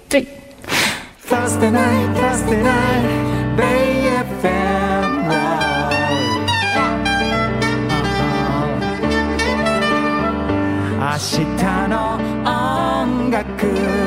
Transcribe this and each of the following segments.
Thursday night, Thursday night, Bay FM. Wow. 明日の音楽、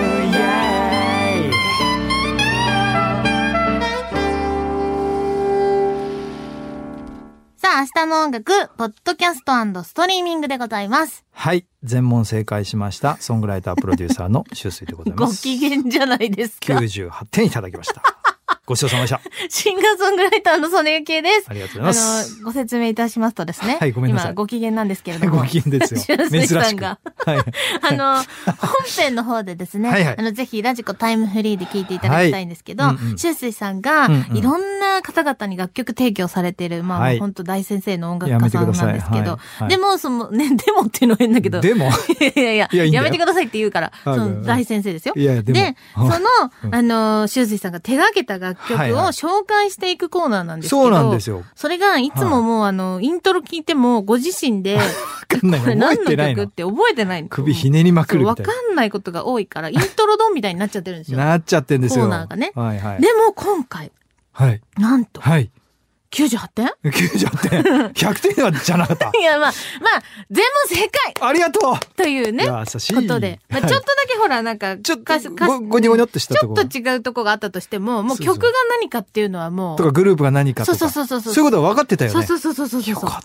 さあ、明日の音楽、ポッドキャスト&ストリーミングでございます。 はい、全問正解しましたソングライタープロデューサーの周水でございます。 ご機嫌じゃないですか。 98点いただきました。ごちそうさまでした。 シンガーソングライターの曽根ゆきえです。 ありがとうございます。 ご説明いたしますとですね。 はい、ごめんなさい。 今ご機嫌なんですけれども。 ご機嫌ですよ。 珍しく。はい。 本編の方でですね。 はいはい、 ぜひラジコタイムフリーで聞いていただきたいんですけど、周水さんがいろんな方々に楽曲提供されている、まあ、本当大先生の音楽家さんなんですけど、でもそのね、でもっていうのは変だけど、 でもいややめてくださいって言うから、その大先生ですよ。で、その周水さんが手掛けた楽曲を紹介していくコーナーなんですけど、 そうなんですよ。 それがいつももうイントロ聞いてもご自身でこれ何の曲って覚えてないの。 首ひねりまくるみたいな。 わかんないことが多いからイントロドンみたいになっちゃってるんですよ。 なっちゃってんですよ。 コーナーがね。 はいはい。 でも今回、 はい、 なんと、 はい、 98点 ?98 点 ?100 点じゃなかった。 いや、まあ、全問正解ありがとうというね、 優しいことで。まあ、ちょっとだけほら、なんか、 ちょっとごにょごにょっとしたとこ。 ちょっと違うとこがあったとしても、もう曲が何かっていうのはもう。 とかグループが何かとか。 そういうことは分かってたよね。 そう。 よかった。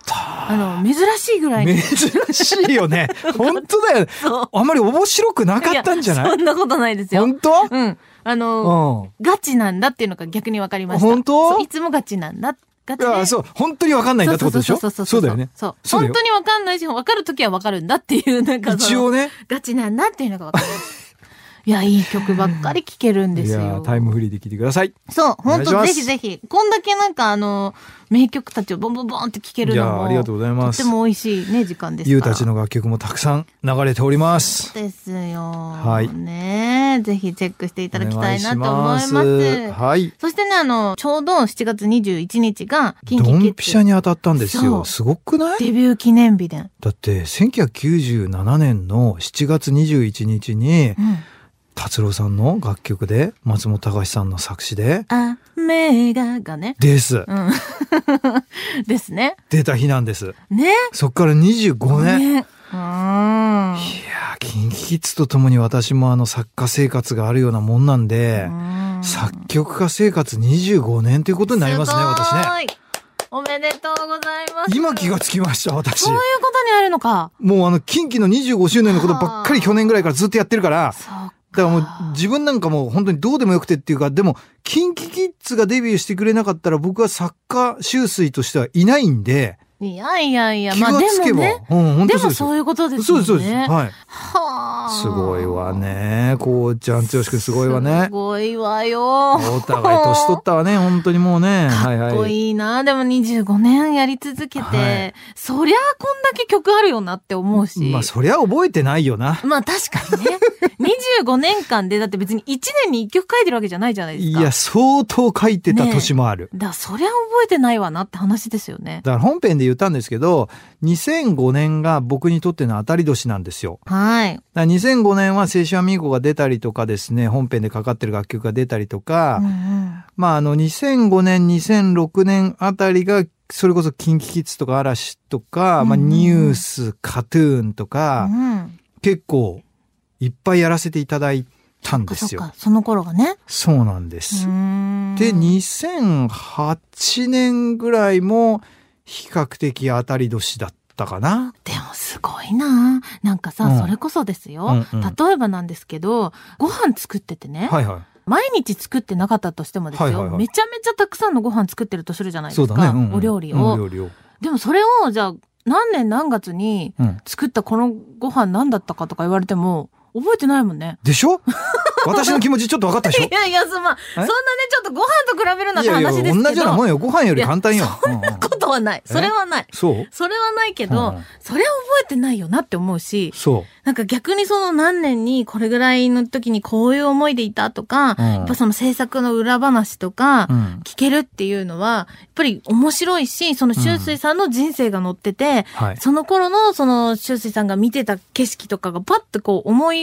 珍しいぐらいに。 珍しいよね。本当だよ。あんまり面白くなかったんじゃない？ そんなことないですよ。 本当？ うん。ガチなんだっていうのが逆に分かりました。 本当？ いつもガチなんだ。 いや、そう、本当に分かんないんだってことでしょ？そうだよね。 そう。本当に分かんないし、分かるときは分かるんだっていう、なんか一応ね。 ガチなんだっていうのが分かります。いや、いい曲ばっかり聴けるんですよ。 いや、タイムフリーで聴いてください。 そう、本当ぜひぜひ。こんだけなんか名曲たちをボンボンボンって聴けるのも。 いや、ありがとうございます。 とても美味しいね、時間ですから。 ゆうたちの楽曲もたくさん流れております。 ですよ。 はい。 ね、ぜひチェックしていただきたいなと思います。 はい。 そしてね、ちょうど7月21日が、 キンキキッズドンピシャに当たったんですよ。すごくない？ デビュー記念日で。 だって、1997年の7月21日に、達郎さんの楽曲で、松本隆さんの作詞で、 雨がね。 です。 ですね。 出た日なんです。 ね。 そっから25年。 ね。いやー、キンキキッズとともに私も作家生活があるようなもんなんで、作曲家生活25年ということになりますね、私ね。 おめでとうございます。 今気がつきました、私。 そういうことにあるのか。 もうキンキの25周年のことばっかり去年ぐらいからずっとやってるから、だからもう自分なんかもう本当にどうでもよくてっていうか、でもキンキキッズがデビューしてくれなかったら僕は作家周水としてはいないんで。 いや、 まあでもね。 でもそういうことですよね。 そうです。はい。すごいわね。こうちゃん、剛くんすごいわね。 すごいわよ。 お互い年取ったわね、本当にもうね。 かっこいいな。でも25年やり続けて、そりゃこんだけ曲あるよなって思うし。 まあそりゃ覚えてないよな。 まあ確かにね。25年間でだって別に1年に1曲書いてるわけじゃないじゃないですか。 いや、相当書いてた年もある。 だからそりゃ覚えてないわなって話ですよね。 だから本編で言ったんですけど、2005年が僕にとっての当たり年なんですよ。 はい。 だから2005年は青春アミーゴが出たりとかですね、本編でかかってる楽曲が出たりとか、まあ2005年、2006年あたりがそれこそキンキキッズとか嵐とか、まあニュース、カトゥーンとか、結構いっぱいやらせていただいたんですよ。 その頃がね。 そうなんです。で、2008年ぐらいも比較的当たり年だったかな。 でもすごいな。なんかさ、それこそですよ。例えばなんですけど、ご飯作っててね。毎日作ってなかったとしてもですよ。めちゃめちゃたくさんのご飯作ってるとするじゃないですか。お料理を。でもそれを、じゃあ、何年何月に作ったこのご飯何だったかとか言われても、覚えてないもんね。 でしょ？私の気持ちちょっと分かったでしょ？ いや、そんなね、ちょっとご飯と比べるなって話ですけど。 同じようなもんよ。ご飯より簡単よ。 そんなことはない。それはない。それはないけど、それは覚えてないよなって思うし。なんか逆にその何年にこれぐらいの時にこういう思いでいたとか、やっぱその制作の裏話とか聞けるっていうのは、やっぱり面白いし、その周水さんの人生が載ってて、その頃のその周水さんが見てた景色とかがパッとこう思い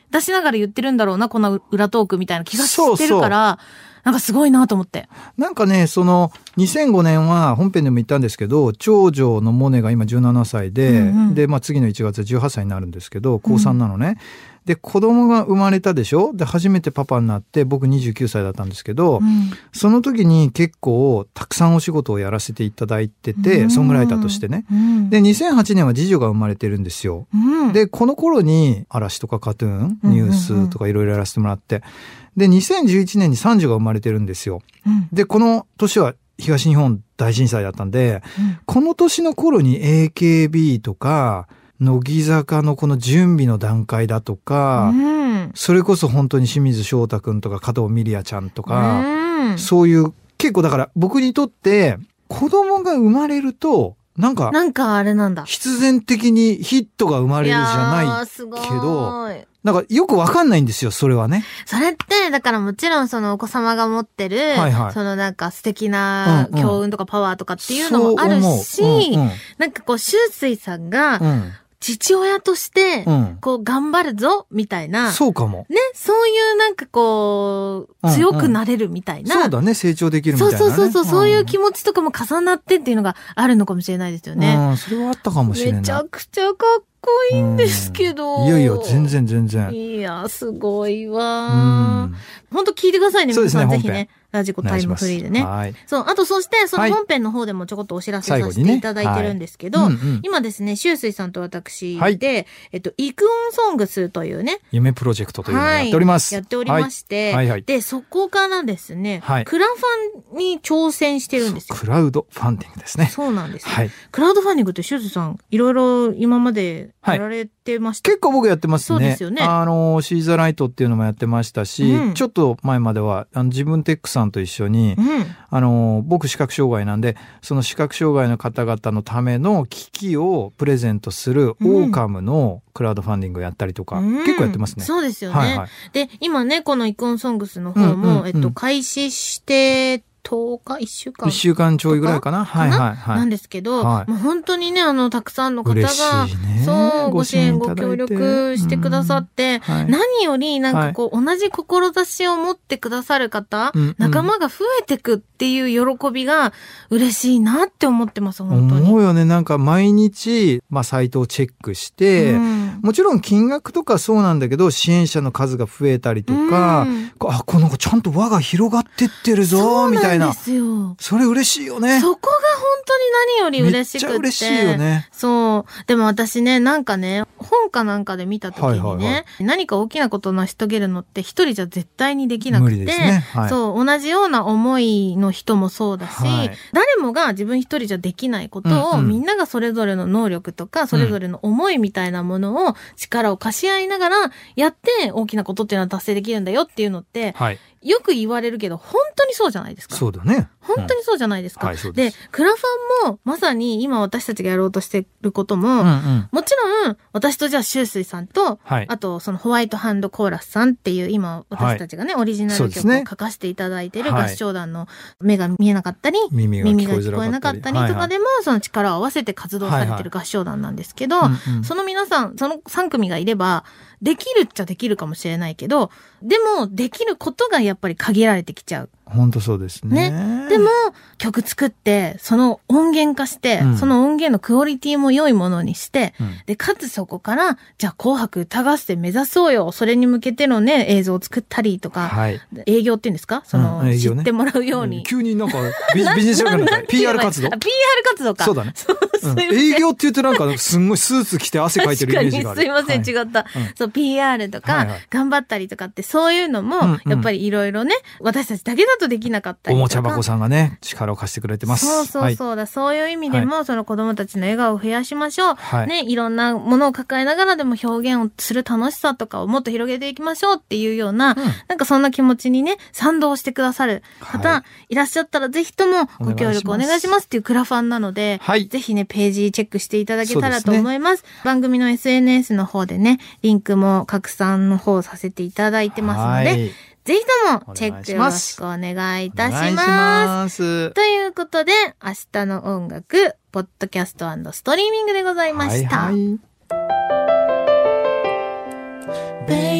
出しながら言ってるんだろうな、この裏トークみたいな気がしてるから、なんかすごいなと思って。 なんかね、2005年は本編でも言ったんですけど、長女のモネが今17歳で、で、次の1月18歳になるんですけど、高3なのね。で、子供が生まれたでしょ？で、初めてパパになって、僕29歳だったんですけど、その時に結構たくさんお仕事をやらせていただいてて、ソングライターとしてね。で、2008年は次女が生まれてるんですよ。で、この頃に嵐とかカトゥーン、ニュースとかいろいろやらせてもらって、で、2011年に三女が生まれてるんですよ。で、この年は東日本大震災だったんで、この年の頃に AKB とか、乃木坂のこの準備の段階だとか、それこそ本当に清水翔太くんとか加藤ミリアちゃんとか、そういう結構だから僕にとって子供が生まれるとなんかあれなんだ。 必然的にヒットが生まれるじゃないけど、なんかよくわかんないんですよ、それはね。 それって、だからもちろんそのお子様が持ってる、そのなんか素敵な強運とかパワーとかっていうのもあるし、なんかこう、周水さんが、父親として、こう、頑張るぞ、みたいな。 そうかも。 ね、そういうなんかこう、強くなれるみたいな。 そうだね、成長できるみたいな、ね。 そういう気持ちとかも重なってっていうのがあるのかもしれないですよね。 それはあったかもしれない。 めちゃくちゃかっこいいんですけど。 いやいや、全然。 いや、すごいわ。本当聞いてくださいね、皆さんぜひね。ラジコタイムフリーでね。そう、あとそして、その本編の方でもちょこっとお知らせさせていただいてるんですけど、今ですね、周水さんと私で、イクオンソングスというね、 夢プロジェクトというのをやっております。 やっておりまして、で、そこからですね、クラファンに挑戦してるんですよ。 クラウドファンディングですね。 そうなんです。クラウドファンディングって周水さん、いろいろ今までやられてました。 結構僕やってますね。 そうですよね。 シーザライトっていうのもやってましたし、ちょっと前までは、自分テックさんと一緒に、僕視覚障害なんで、その視覚障害の方々のための機器をプレゼントするオーカムのクラウドファンディングをやったりとか、結構やってますね。 そうですよね。で、今ね、このイクオンソングスの方も、開始して10日、1週間。 1週間ちょいぐらいかな。 なんですけど、もう本当にね、たくさんの方が、そう、ご支援、ご協力してくださって、何よりなんかこう、同じ志を持ってくださる方、仲間が増えてくっていう喜びが嬉しいなって思ってます、本当に。 思うよね。なんか毎日、サイトをチェックして、もちろん金額とかそうなんだけど、支援者の数が増えたりとか、この子ちゃんと輪が広がってってるぞ、みたいな。それ嬉しいよね。 そこが本当に何より嬉しくて。 めっちゃ嬉しいよね。 そう。でも私ね、なんかね、本かなんかで見たときにね、何か大きなことを成し遂げるのって一人じゃ絶対にできなくて、 無理ですね。 そう、同じような思いの人もそうだし、誰もが自分一人じゃできないことを、みんながそれぞれの能力とか、それぞれの思いみたいなものを力を貸し合いながらやって大きなことっていうのは達成できるんだよっていうのって、よく言われるけど、本当にそうじゃないですか。 そうだね。 本当にそうじゃないですか。で、クラファンもまさに今私たちがやろうとしてることも、もちろん私とじゃあ周水さんと、あとそのホワイトハンドコーラスさんっていう今私たちがね、オリジナル曲を書かせていただいている合唱団の目が見えなかったり、耳が聞こえなかったりとかでも、その力を合わせて活動されてる合唱団なんですけど、その皆さん、その3組がいれば、できるっちゃできるかもしれないけど、でもできることがやっぱり限られてきちゃう。 本当そうですね。 でも、曲作って、その音源化して、その音源のクオリティも良いものにして、で、かつそこから、じゃあ紅白歌合戦目指そうよ。それに向けてのね、映像を作ったりとか、営業っていうんですかその、知ってもらうように。 急になんかビジネスじゃない PR 活動 PR 活動か。 そうだね。営業って言うとなんか、すんごいスーツ着て汗かいてるイメージがある。 すいません、違った。そう、PR とか、頑張ったりとかって、そういうのも、やっぱりいろいろね、私たちだけだとできなかったりとか。 おもちゃ箱さんがね、力を貸してくれてます。 そういう意味でも、その子供たちの笑顔を増やしましょう。ね、いろんなものを抱えながらでも表現をする楽しさとかをもっと広げていきましょうっていうような、なんかそんな気持ちにね、賛同してくださる方、いらっしゃったらぜひともご協力お願いしますっていうクラファンなので、ぜひね、ページチェックしていただけたらと思います。番組の SNS の方でね、リンクも拡散の方させていただいてますので、ぜひともチェックよろしくお願いいたします。ということで、明日の音楽、ポッドキャスト&ストリーミングでございました。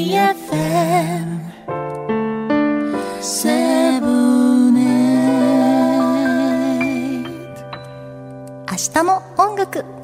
明日も音楽。